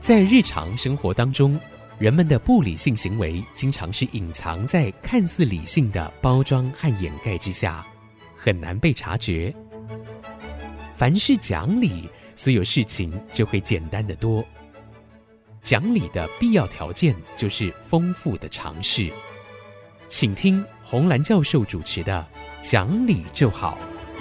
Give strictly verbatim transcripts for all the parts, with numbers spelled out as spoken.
在日常生活当中，人们的不理性行为经常是隐藏在看似理性的包装和掩盖之下，很难被察觉。凡事讲理，所有事情就会简单得多。讲理的必要条件就是丰富的常识。请听洪兰教授主持的《讲理就好》。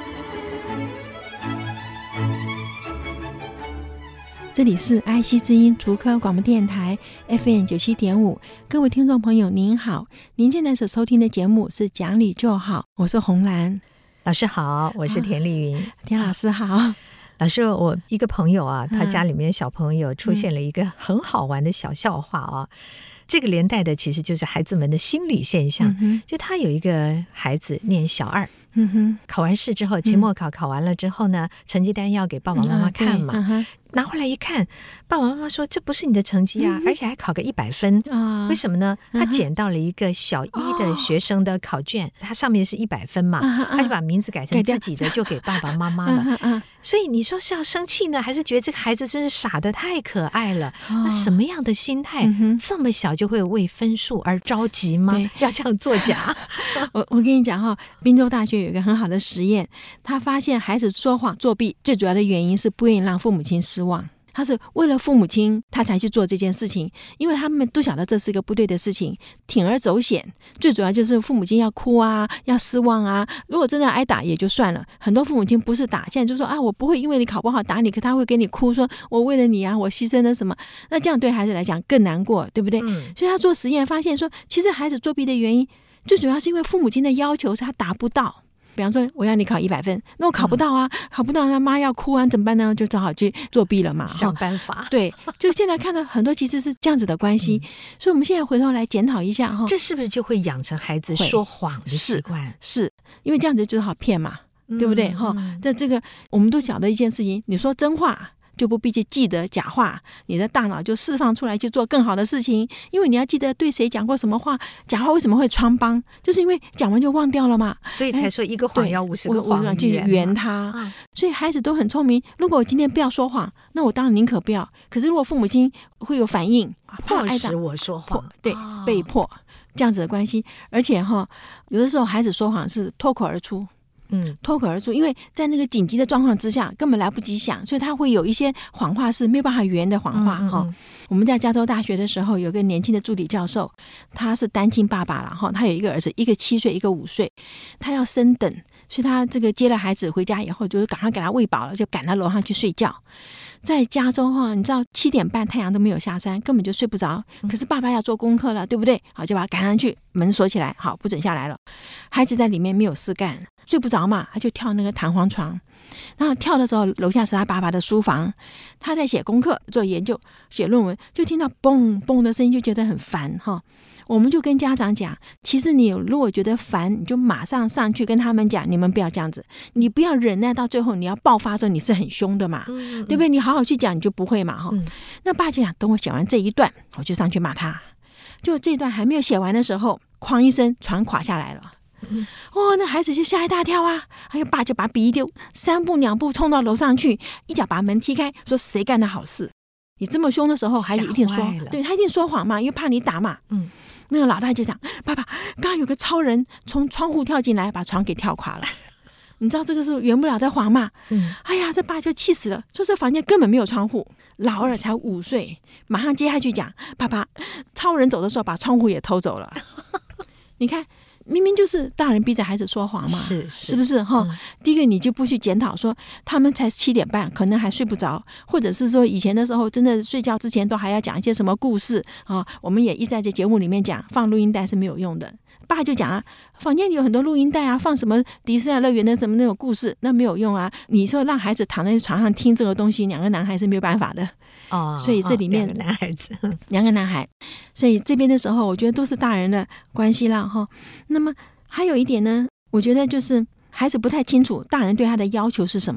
这里是 I C 之音竹科广播电台 F M 九七点五，各位听众朋友您好，您现在所收听的节目是讲理就好，我是洪兰老师好，我是田丽云、啊、 田老师好。 老师，我一个朋友啊，他家里面小朋友出现了一个很好玩的小笑话啊、嗯、这个连带的其实就是孩子们的心理现象、嗯、就他有一个孩子念小二，嗯哼，考完试之后，期末考考完了之后呢、嗯、成绩单要给爸爸妈妈看嘛、嗯拿回来一看，爸爸妈妈说这不是你的成绩啊、嗯、而且还考个一百分、啊、为什么呢？他捡到了一个小一的学生的考卷、哦、他上面是一百分嘛、啊、他就把名字改成自己的，就给爸爸妈妈了、啊啊、所以你说是要生气呢，还是觉得这个孩子真是傻得太可爱了、哦、那什么样的心态、嗯、这么小就会为分数而着急吗？要这样作假我, 我跟你讲哈，宾州大学有一个很好的实验，他发现孩子说谎作弊最主要的原因是不愿意让父母亲失望，他是为了父母亲他才去做这件事情，因为他们都晓得这是一个不对的事情，铤而走险，最主要就是父母亲要哭啊，要失望啊，如果真的挨打也就算了，很多父母亲不是打，现在就说啊，我不会因为你考不好打你，可他会给你哭说我为了你啊，我牺牲了什么，那这样对孩子来讲更难过，对不对、嗯、所以他做实验发现说，其实孩子作弊的原因最主要是因为父母亲的要求是他达不到，比方说我要你考一百分，那我考不到啊、嗯、考不到他妈要哭啊，怎么办呢？就只好去作弊了嘛， 想办法。 对，就现在看到很多其实是这样子的关系、嗯、所以我们现在回头来检讨一下， 这是不是就会养成孩子说谎的习惯？ 是，是因为这样子就好骗嘛、嗯、对不对？嗯，这这个我们都晓得一件事情，你说真话就不必去记得假话，你的大脑就释放出来去做更好的事情，因为你要记得对谁讲过什么话，假话为什么会穿帮，就是因为讲完就忘掉了嘛， 所以才说一个谎要五十个谎言去圆它、嗯、所以孩子都很聪明，如果我今天不要说谎，那我当然宁可不要，可是如果父母亲会有反应， 迫使我说谎， 对、哦、被迫这样子的关系，而且哈，有的时候孩子说谎是脱口而出，嗯，脱口而出，因为在那个紧急的状况之下根本来不及想，所以他会有一些谎话是没有办法圆的谎话、嗯嗯、我们在加州大学的时候有个年轻的助理教授，他是单亲爸爸了，他有一个儿子，一个七岁一个五岁，他要升等，所以他这个接了孩子回家以后就是赶快给他喂饱了，就赶到楼上去睡觉。在加州哈，你知道七点半太阳都没有下山，根本就睡不着，可是爸爸要做功课了，对不对？好，就把他赶上去，门锁起来，好，不准下来了。孩子在里面没有事干，睡不着嘛，他就跳那个弹簧床，然后跳的时候楼下是他爸爸的书房，他在写功课做研究写论文，就听到嘣嘣的声音，就觉得很烦哈。我们就跟家长讲，其实你如果觉得烦，你就马上上去跟他们讲，你们不要这样子，你不要忍耐到最后你要爆发的时候你是很凶的嘛、嗯嗯、对不对？你好好去讲你就不会嘛、嗯、那爸就讲等我写完这一段我就上去骂他，就这段还没有写完的时候，哐一声床垮下来了，嗯、哦，那孩子就吓一大跳啊！哎呦，爸就把笔一丢，三步两步冲到楼上去，一脚把门踢开，说谁干的好事？你这么凶的时候，孩子一定说，对，他一定说谎嘛，因为怕你打嘛。嗯，那个老大就讲，爸爸，刚刚有个超人从窗户跳进来，把床给跳垮了。你知道这个是圆不了的谎嘛？嗯，哎呀，这爸就气死了，说这房间根本没有窗户。老二才五岁，马上接下去讲，爸爸，超人走的时候把窗户也偷走了。你看。明明就是大人逼着孩子说谎嘛， 是 是, 是不是哈、嗯？第一个你就不去检讨说他们才七点半，可能还睡不着，或者是说以前的时候真的睡觉之前都还要讲一些什么故事啊？我们也一直在这节目里面讲，放录音带是没有用的。爸就讲啊，房间里有很多录音带啊，放什么迪士尼乐园的什么那种故事，那没有用啊。你说让孩子躺在床上听这个东西，两个男孩是没有办法的哦。所以这里面、 哦、两个男孩子， 两个男孩，所以这边的时候，我觉得都是大人的关系啦哈。那么还有一点呢，我觉得就是孩子不太清楚大人对他的要求是什么。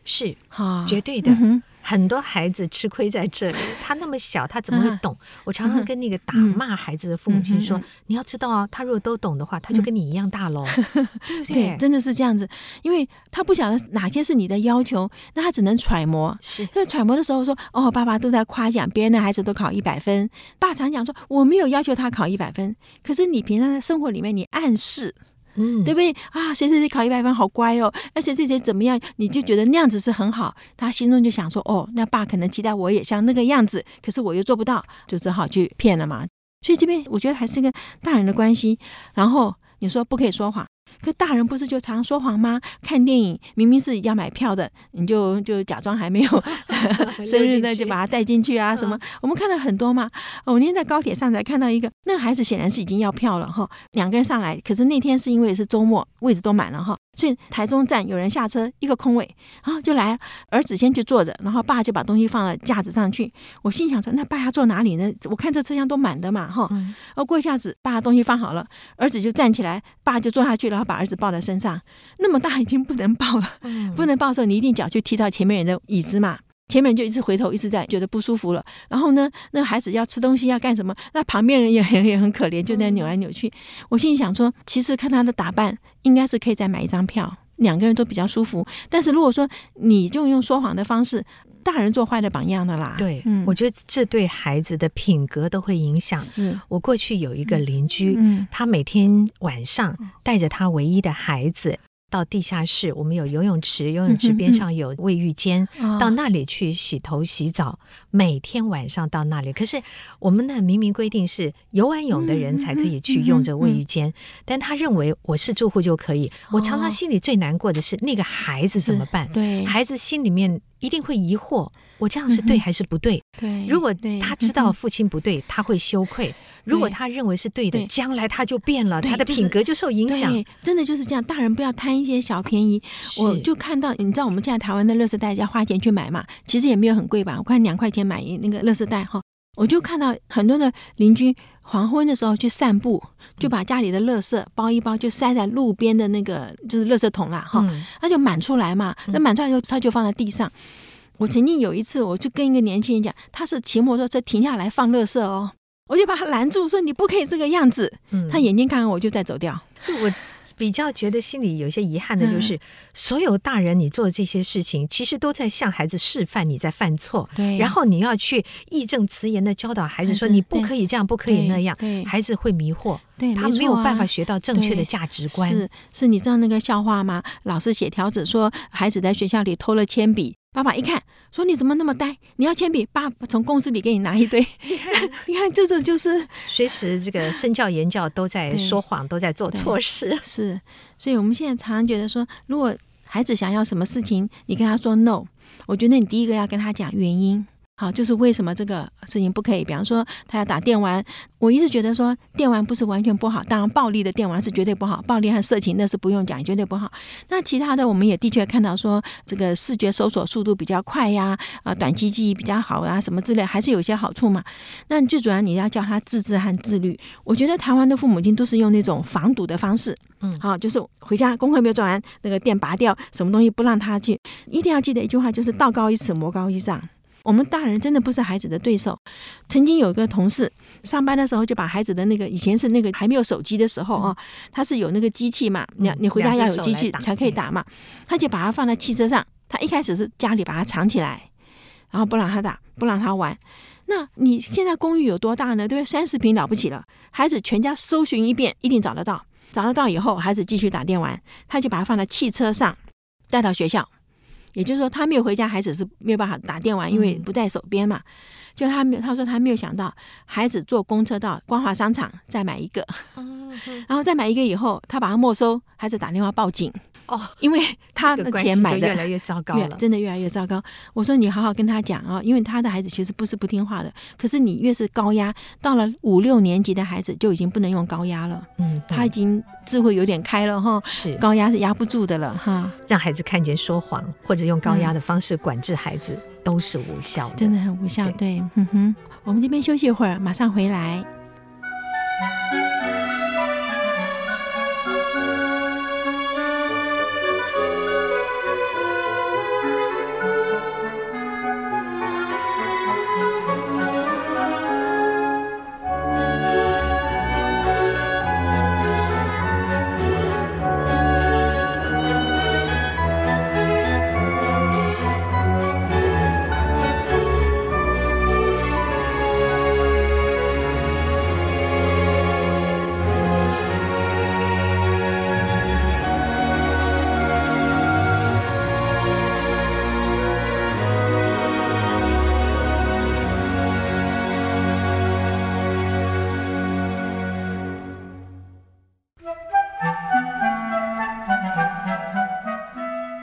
是哈，绝对的。嗯，很多孩子吃亏在这里，他那么小，他怎么会懂？嗯、我常常跟那个打骂孩子的父母亲说：“嗯、你要知道啊，他如果都懂的话，他就跟你一样大喽。嗯”对不对？ 对，真的是这样子，因为他不晓得哪些是你的要求，那他只能揣摩。 是， 所以揣摩的时候说：“哦，爸爸都在夸奖别人的孩子都考一百分。”爸常讲说：“我没有要求他考一百分，可是你平常在生活里面你暗示。”嗯，对不对啊？谁谁谁考一百分好乖哦，而谁谁谁怎么样，你就觉得那样子是很好，他心中就想说，哦，那爸可能期待我也像那个样子，可是我又做不到，就只好去骗了嘛。所以这边我觉得还是跟大人的关系。然后你说不可以说谎，可大人不是就常说谎吗？看电影明明是要买票的，你就就假装还没有生日呢，就把他带进去啊什么。我们看到很多嘛。我那天在高铁上才看到一个，那个孩子显然是已经要票了哈，两个人上来，可是那天是因为是周末，位置都满了哈，所以台中站有人下车，一个空位，然后就来，儿子先去坐着，然后爸就把东西放到架子上去。我心想说，那爸要坐哪里呢？我看这车厢都满的嘛哈。然后过一下子，爸东西放好了，儿子就站起来，爸就坐下去，然后把儿子抱在身上。那么大已经不能抱了，嗯、不能抱的时候，你一定脚就踢到前面人的椅子嘛。前面人就一直回头，一直在觉得不舒服了。然后呢，那个孩子要吃东西要干什么，那旁边人也很也很可怜，就在扭来扭去。嗯、我心里想说，其实看他的打扮，应该是可以再买一张票，两个人都比较舒服。但是如果说你就用说谎的方式，大人做坏的榜样的啦。 对，嗯、我觉得这对孩子的品格都会影响。 是我过去有一个邻居，嗯、他每天晚上带着他唯一的孩子到地下室，我们有游泳池，游泳池边上有卫浴间，嗯、到那里去洗头洗澡，每天晚上到那里。可是我们呢，明明规定是游完泳的人才可以去用这卫浴间，嗯嗯嗯、但他认为我是住户就可以。我常常心里最难过的是那个孩子怎么办？ 对， 孩子心里面一定会疑惑，我这样是对还是不对？ 对， 如果他知道父亲不对，他会羞愧。如果他认为是对的，对将来他就变了，他的品格就受影响。 对，真的就是这样。大人不要贪一些小便宜。我就看到，你知道我们现在台湾的垃圾袋要花钱去买嘛，其实也没有很贵吧？我看两块钱买那个垃圾袋哈，我就看到很多的邻居黄昏的时候去散步，就把家里的垃圾包一包，就塞在路边的那个就是垃圾桶啦哈，那、嗯、就满出来嘛。那满出来以后，他就放在地上。我曾经有一次，我就跟一个年轻人讲，他是骑摩托车停下来放垃圾哦。我就把他拦住，说你不可以这个样子。嗯、他眼睛看看我就再走掉。 就我比较觉得心里有些遗憾的就是，嗯、所有大人你做这些事情，其实都在向孩子示范你在犯错。 对， 然后你要去义正辞严的教导孩子说你不可以这样，不可以那样。 对， 孩子会迷惑。 对， 他没有办法学到正确的价值观。 是是，你知道那个笑话吗？老师写条子说孩子在学校里偷了铅笔。爸爸一看说你怎么那么呆，你要铅笔，爸从公司里给你拿一堆。你看你看这种就是随时这个身教言教都在说谎，都在做错事。 是，所以我们现在常常觉得说，如果孩子想要什么事情，你跟他说 no， 我觉得你第一个要跟他讲原因。好，就是为什么这个事情不可以？比方说，他要打电玩，我一直觉得说电玩不是完全不好，当然暴力的电玩是绝对不好，暴力和色情那是不用讲，绝对不好。那其他的我们也的确看到说，这个视觉搜索速度比较快呀，啊，短期记忆比较好啊，什么之类，还是有一些好处嘛。那最主要你要教他自制和自律。我觉得台湾的父母亲都是用那种防堵的方式，嗯，好，就是回家功课没有做完，那个电拔掉，什么东西不让他去。一定要记得一句话，就是道高一尺，魔高一丈。我们大人真的不是孩子的对手。曾经有一个同事上班的时候，就把孩子的那个以前是那个还没有手机的时候啊、哦，他是有那个机器嘛，你你回家要有机器才可以打嘛，他就把它放在汽车上。他一开始是家里把它藏起来，然后不让他打，不让他玩。那你现在公寓有多大呢？对不对？三十平了不起了，孩子全家搜寻一遍，一定找得到。找得到以后，孩子继续打电玩，他就把它放在汽车上，带到学校。也就是说，他没有回家，孩子是没有办法打电玩，因为不在手边嘛。就他没有，他说他没有想到，孩子坐公车到光华商场再买一个，然后再买一个以后，他把它没收，孩子打电话报警。哦，因为他的钱买的、 这个、越来越糟糕了， 真的越来越糟糕。我说你好好跟他讲啊，因为他的孩子其实不是不听话的，可是你越是高压，到了五六年级的孩子就已经不能用高压了。嗯，他已经智慧有点开了哈，是高压是压不住的了哈。 让孩子看见说谎或者用高压的方式管制孩子、嗯、都是无效的， 真的很无效。对，对哼哼，我们这边休息一会儿，马上回来。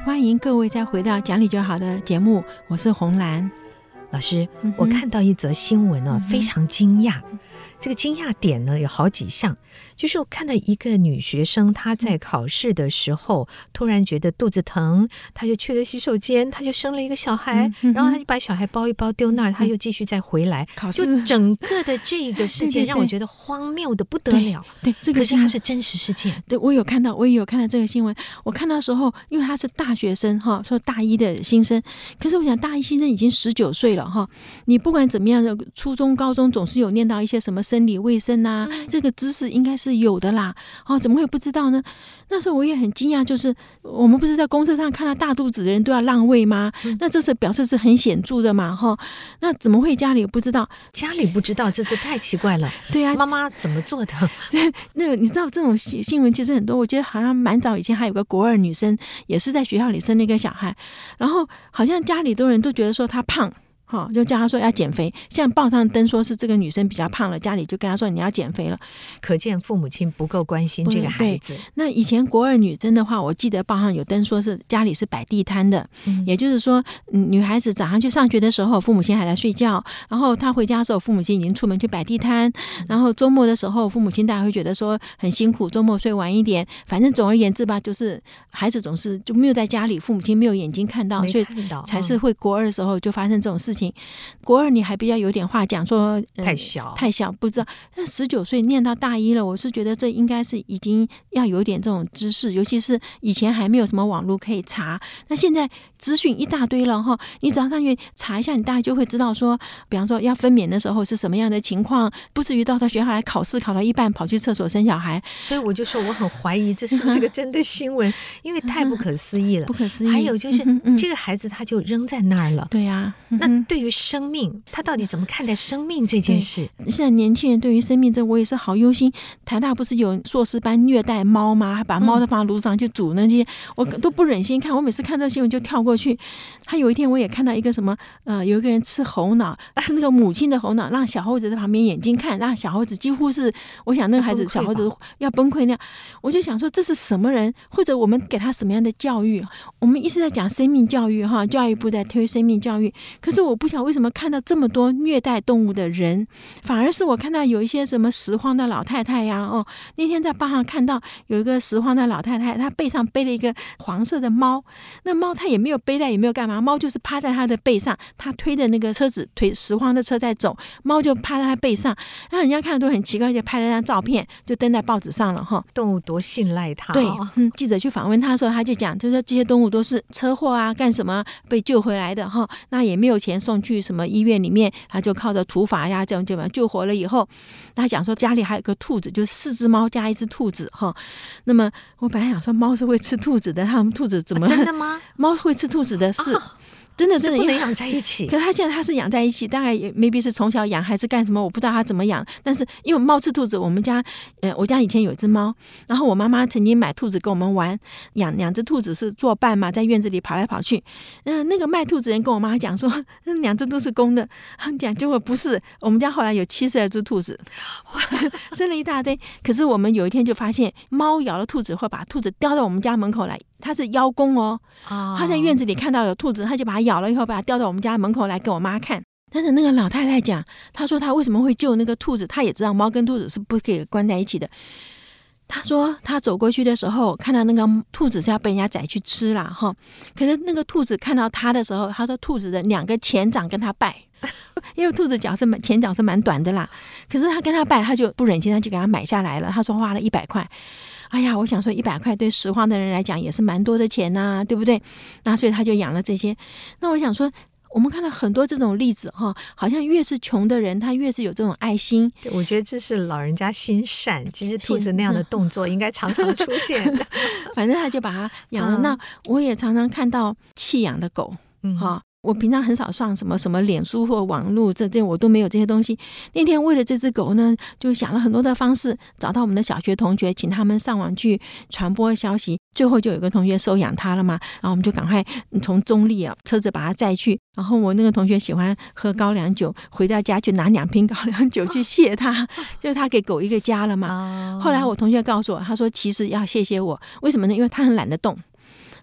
欢迎各位再回到讲理就好的节目，我是洪兰老师。嗯、我看到一则新闻呢、啊嗯，非常惊讶。这个惊讶点呢有好几项，就是我看到一个女学生，她在考试的时候突然觉得肚子疼，她就去了洗手间，她就生了一个小孩、嗯、然后她就把小孩包一包丢那儿，她又继续再回来考试。就整个的这个事件让我觉得荒谬的不得了。 对， 对， 对，这个可是它是真实事件。 对，我有看到，我也有看到这个新闻。我看到的时候，因为她是大学生哈，说大一的新生，可是我想大一新生已经十九岁了哈，你不管怎么样的，初中、高中总是有念到一些什么生理卫生啊，嗯、这个知识应该是有的啦。哦，怎么会不知道呢？那时候我也很惊讶，就是我们不是在公车上看到大肚子的人都要让位吗？嗯、那这是表示是很显著的嘛，哈。那怎么会家里不知道？ 家里不知道，这这太奇怪了。 对啊， 妈妈怎么做的？ 那个你知道这种新闻其实很多，我记得好像蛮早以前还有个国二女生也是在学校里生了一个小孩，然后好像家里的人都觉得说她胖。好、哦，就叫他说要减肥，像报上登说是这个女生比较胖了，家里就跟他说你要减肥了， 可见父母亲不够关心这个孩子。 那以前国二女生的话，我记得报上有登说是家里是摆地摊的、嗯、也就是说、嗯、女孩子早上去上学的时候父母亲还在睡觉，然后她回家的时候父母亲已经出门去摆地摊、嗯、然后周末的时候父母亲大家会觉得说很辛苦，周末睡晚一点，反正总而言之吧，就是孩子总是就没有在家里，父母亲没有眼睛看到，所以才是会国二的时候就发生这种事情。国二你还比较有点话讲，说、 呃、太小太小不知道，但十九岁念到大一了，我是觉得这应该是已经要有点这种知识，尤其是以前还没有什么网络可以查，那现在资讯一大堆了哈，你只要上去查一下，你大概就会知道说，比方说要分娩的时候是什么样的情况，不至于到他学校来考试考到一半跑去厕所生小孩。 所以我就说我很怀疑这是不是个真的新闻，因为太不可思议了。 不可思议。 还有就是、嗯嗯、这个孩子他就扔在那儿了。 对呀、啊， 那对于生命，他到底怎么看待生命这件事？ 现在年轻人对于生命这我也是好忧心。台大不是有硕士班虐待猫吗？还把猫都放炉子上去煮那些、嗯，我都不忍心看。我每次看这个新闻就跳过去。还有一天我也看到一个什么，呃，有一个人吃猴脑，吃那个母亲的猴脑，让小猴子在旁边眼睛看，让小猴子几乎是，我想那个孩子小猴子要崩溃那样。我就想说这是什么人，或者我们给他什么样的教育？我们一直在讲生命教育哈，教育部在推生命教育，可是我不晓得为什么看到这么多虐待动物的人，反而是我看到有一些什么拾荒的老太太呀，哦，那天在报上看到有一个拾荒的老太太，她背上背了一个黄色的猫，那猫她也没有背带，也没有干嘛，猫就是趴在她的背上，她推的那个车子，推拾荒的车在走，猫就趴在她背上，让人家看的都很奇怪，就拍了张照片，就登在报纸上了哈。 动物多信赖它、哦， 对，嗯，记者去访问他的时候，他就讲，就说这些动物都是车祸啊，干什么被救回来的哈，那也没有钱送去什么医院里面，他就靠着土法呀，这样就把救活了以后，他讲说家里还有个兔子，就是四只猫加一只兔子哈。那么我本来想说猫是会吃兔子的，他们兔子怎么、 啊、真的吗？ 猫会吃兔子的是。啊真的真的不能养在一起， 可是他现在他是养在一起，大概 maybe 是从小养还是干什么，我不知道他怎么养。但是因为猫吃兔子，我们家呃我家以前有一只猫，然后我妈妈曾经买兔子跟我们玩，养两只兔子是作伴嘛，在院子里跑来跑去。嗯、呃，那个卖兔子人跟我妈讲说，两只都是公的，讲结果不是，我们家后来有七十二只兔子，生了一大堆。可是我们有一天就发现，猫咬了兔子，会把兔子叼到我们家门口来。他是邀功哦，他在院子里看到有兔子，他就把它咬了以后，把它叼到我们家门口来给我妈看。但是那个老太太讲，她说她为什么会救那个兔子，她也知道猫跟兔子是不可以关在一起的。她说她走过去的时候，看到那个兔子是要被人家宰去吃啦哈，可是那个兔子看到她的时候，她说兔子的两个前掌跟她拜。因为兔子脚是蛮前脚是蛮短的啦，可是他跟他拜，他就不忍心，他就给他买下来了。他说花了一百块，哎呀，我想说一百块对拾荒的人来讲也是蛮多的钱呐、啊，对不对？那所以他就养了这些。那我想说，我们看到很多这种例子哈，好像越是穷的人，他越是有这种爱心。 对，我觉得这是老人家心善。其实兔子那样的动作应该常常出现。 反正他就把它养了、嗯。那我也常常看到弃养的狗，嗯哈。我平常很少上什么什么脸书或网络，这这我都没有这些东西。那天为了这只狗呢，就想了很多的方式，找到我们的小学同学，请他们上网去传播消息。最后就有个同学收养它了嘛，然后我们就赶快从中立啊车子把它载去。然后我那个同学喜欢喝高粱酒，回到家去拿两瓶高粱酒去谢他，就是他给狗一个家了嘛。后来我同学告诉我，他说其实要谢谢我，为什么呢？因为他很懒得动。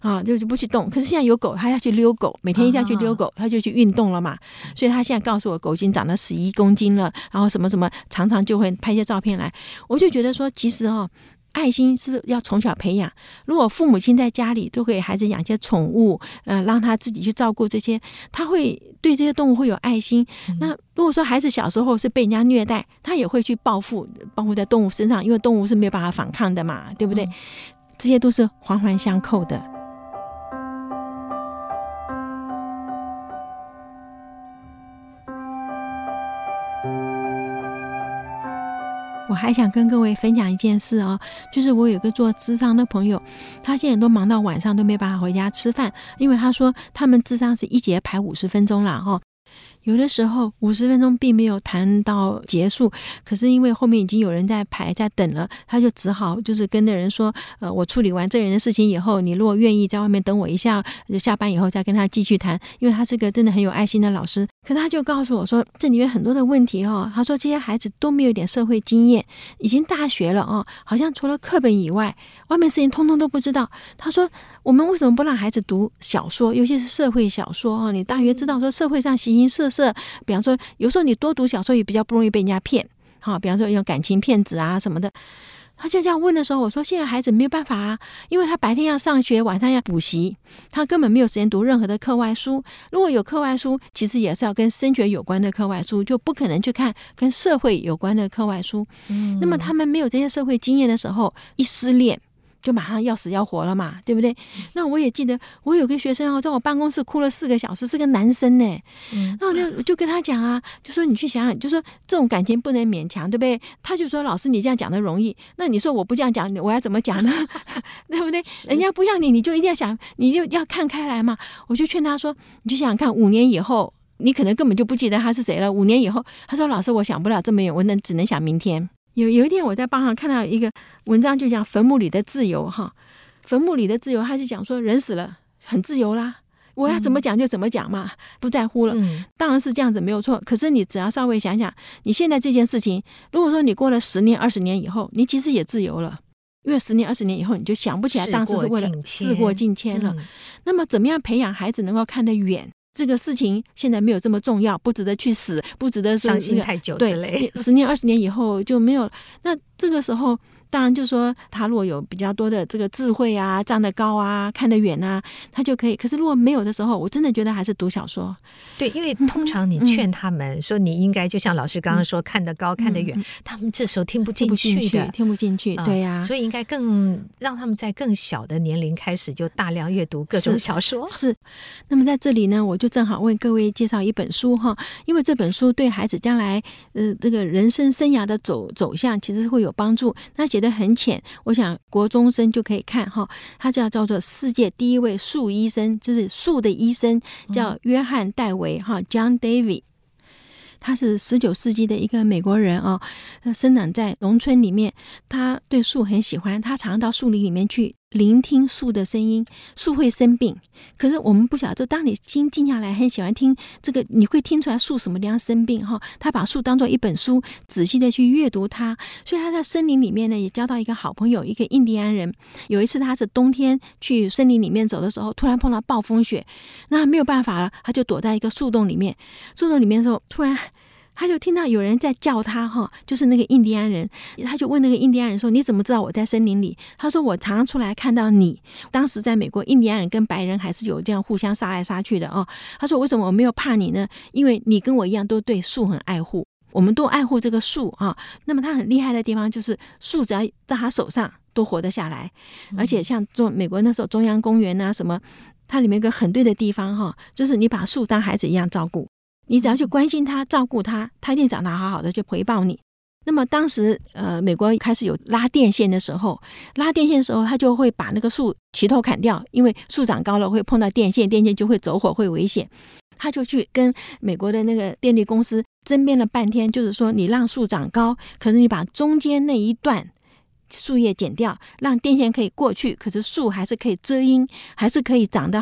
啊，就是不去动。可是现在有狗，他要去遛狗，每天一定要去遛狗，他就去运动了嘛。所以他现在告诉我，狗已经长到十一公斤了，然后什么什么，常常就会拍一些照片来。我就觉得说，其实哦，爱心是要从小培养。如果父母亲在家里都给孩子养一些宠物，呃，让他自己去照顾这些，他会对这些动物会有爱心。嗯、那如果说孩子小时候是被人家虐待，他也会去报复，报复在动物身上，因为动物是没有办法反抗的嘛，对不对？嗯、这些都是环环相扣的。我还想跟各位分享一件事哦，就是我有个做諮商的朋友，他现在都忙到晚上都没办法回家吃饭，因为他说他们諮商是一节排五十分钟啦哦。有的时候五十分钟并没有谈到结束，可是因为后面已经有人在排在等了，他就只好就是跟那人说，呃，我处理完这人的事情以后，你如果愿意在外面等我一下，就下班以后再跟他继续谈。因为他是个真的很有爱心的老师，可他就告诉我说，这里面很多的问题哦，他说这些孩子都没有一点社会经验，已经大学了哦，好像除了课本以外，外面事情通通都不知道。他说我们为什么不让孩子读小说，尤其是社会小说哦？你大约知道说社会上形形色色，比方说有时候你多读小说也比较不容易被人家骗，好，比方说用感情骗子啊什么的。他就这样问的时候，我说现在孩子没有办法啊，因为他白天要上学，晚上要补习，他根本没有时间读任何的课外书。如果有课外书，其实也是要跟升学有关的课外书，就不可能去看跟社会有关的课外书。嗯，那么他们没有这些社会经验的时候，一失恋就马上要死要活了嘛，对不对？那我也记得我有个学生哦，在我办公室哭了四个小时，是个男生呢。嗯，那我就就跟他讲啊，就说你去想想，就说这种感情不能勉强，对不对？他就说老师你这样讲的容易，那你说我不这样讲，我要怎么讲呢？对不对？人家不要你，你就一定要想，你就要看开来嘛。我就劝他说，你就想想看，五年以后你可能根本就不记得他是谁了。五年以后，他说老师我想不了这么远，我能只能想明天。有有一天我在报上看到一个文章，就讲坟墓里的自由哈，坟墓里的自由，他就讲说人死了很自由啦，我要怎么讲就怎么讲嘛，不在乎了。嗯，当然是这样子没有错，可是你只要稍微想想，你现在这件事情，如果说你过了十年二十年以后，你其实也自由了，因为十年二十年以后你就想不起来当时是为了事过境迁了。嗯，那么怎么样培养孩子能够看得远？这个事情现在没有这么重要，不值得去死，不值得伤心太久之类。 对，十年二十年以后就没有。那这个时候当然就说他如果有比较多的这个智慧啊，站得高啊，看得远啊，他就可以。可是如果没有的时候，我真的觉得还是读小说。 对，因为通常你劝他们说你应该就像老师刚刚说，看得高看得远，他们这时候听不进去的， 听不进去。对呀， 所以应该更让他们在更小的年龄开始就大量阅读各种小说。 是。那么在这里呢，我就正好为各位介绍一本书哈，因为这本书对孩子将来呃这个人生生涯的走走向其实会有帮助。那写得很浅，我想国中生就可以看哈。他叫叫做世界第一位树医生，就是树的医生，叫约翰戴维哈 John Davy。他是十九世纪的一个美国人哦，他生长在农村里面，他对树很喜欢，他常到树林里面去聆听树的声音。树会生病，可是我们不晓得，当你心静下来，很喜欢听这个，你会听出来树什么地方生病哈。他把树当作一本书，仔细的去阅读它。所以他在森林里面呢，也交到一个好朋友，一个印第安人。有一次他是冬天去森林里面走的时候，突然碰到暴风雪，那没有办法了，他就躲在一个树洞里面。树洞里面的时候，突然他就听到有人在叫他哈，就是那个印第安人。他就问那个印第安人说，你怎么知道我在森林里？他说我常常出来看到你。当时在美国，印第安人跟白人还是有这样互相杀来杀去的哦。他说为什么我没有怕你呢？因为你跟我一样都对树很爱护，我们都爱护这个树啊。那么他很厉害的地方就是树只要在他手上都活得下来。而且像做美国那时候中央公园啊什么，它里面有个很对的地方哈，就是你把树当孩子一样照顾，你只要去关心他照顾他，他一定长得好好的就回报你。那么当时呃，美国开始有拉电线的时候，拉电线的时候他就会把那个树齐头砍掉，因为树长高了会碰到电线，电线就会走火，会危险。他就去跟美国的那个电力公司争辩了半天，就是说你让树长高，可是你把中间那一段树叶剪掉，让电线可以过去，可是树还是可以遮阴，还是可以长得好。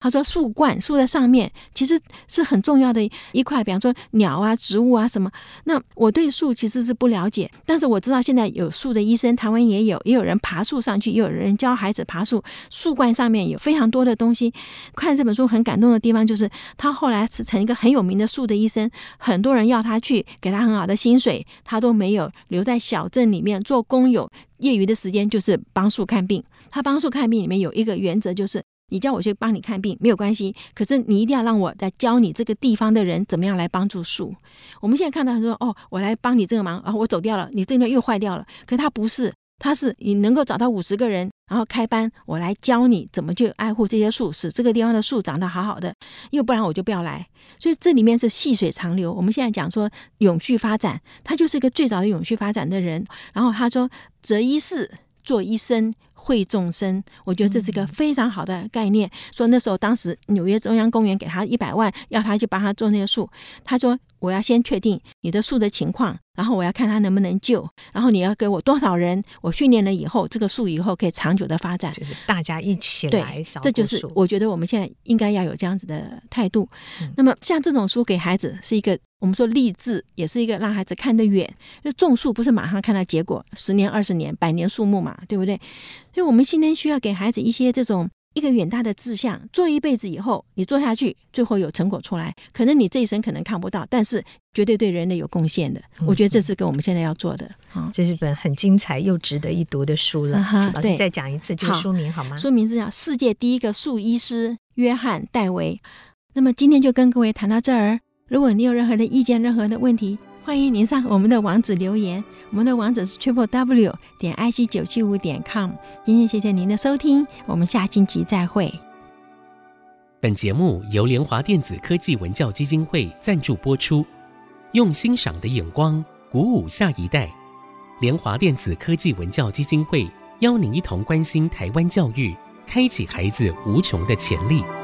他说树冠树在上面其实是很重要的一块，比方说鸟啊植物啊什么。那我对树其实是不了解，但是我知道现在有树的医生，台湾也有也有人爬树上去，也有人教孩子爬树，树冠上面有非常多的东西。看这本书很感动的地方就是他后来是成一个很有名的树的医生，很多人要他去给他很好的薪水，他都没有，留在小镇里面做工友，业余的时间就是帮树看病。他帮树看病里面有一个原则，就是你叫我去帮你看病没有关系，可是你一定要让我来教你这个地方的人怎么样来帮助树。我们现在看到说哦，我来帮你这个忙啊，我走掉了，你这个又坏掉了。可他不是，他是你能够找到五十个人，然后开班，我来教你怎么去爱护这些树，使这个地方的树长得好好的，要不然我就不要来。所以这里面是细水长流。我们现在讲说永续发展，他就是一个最早的永续发展的人。然后他说择一事做一生惠众生，我觉得这是个非常好的概念。说那时候当时纽约中央公园给他一百万，要他去帮他做那些树，他说我要先确定你的树的情况，然后我要看他能不能救，然后你要给我多少人，我训练了以后，这个树以后可以长久的发展， 就是大家一起来照顾树。 这就是我觉得我们现在应该要有这样子的态度。嗯、那么像这种书给孩子是一个我们说励志，也是一个让孩子看得远。就种树不是马上看到结果，十年二十年百年树木嘛，对不对？所以我们今天需要给孩子一些这种一个远大的志向，做一辈子以后你做下去，最后有成果出来，可能你这一生可能看不到，但是绝对对人类有贡献的。我觉得这是跟我们现在要做的、 嗯、这是本很精彩又值得一读的书了、啊、老师再讲一次这个书名好吗？ 书名是叫《世界第一个树医师约翰戴维》。那么今天就跟各位谈到这儿，如果你有任何的意见任何的问题，欢迎您上我们的网址留言，我们的网址是 triple w 点 i c 九七五点 com。 今天谢谢您的收听，我们下星期再会。 本节目由联华电子科技文教基金会赞助播出，用欣赏的眼光鼓舞下一代。联华电子科技文教基金会邀您一同关心台湾教育，开启孩子无穷的潜力。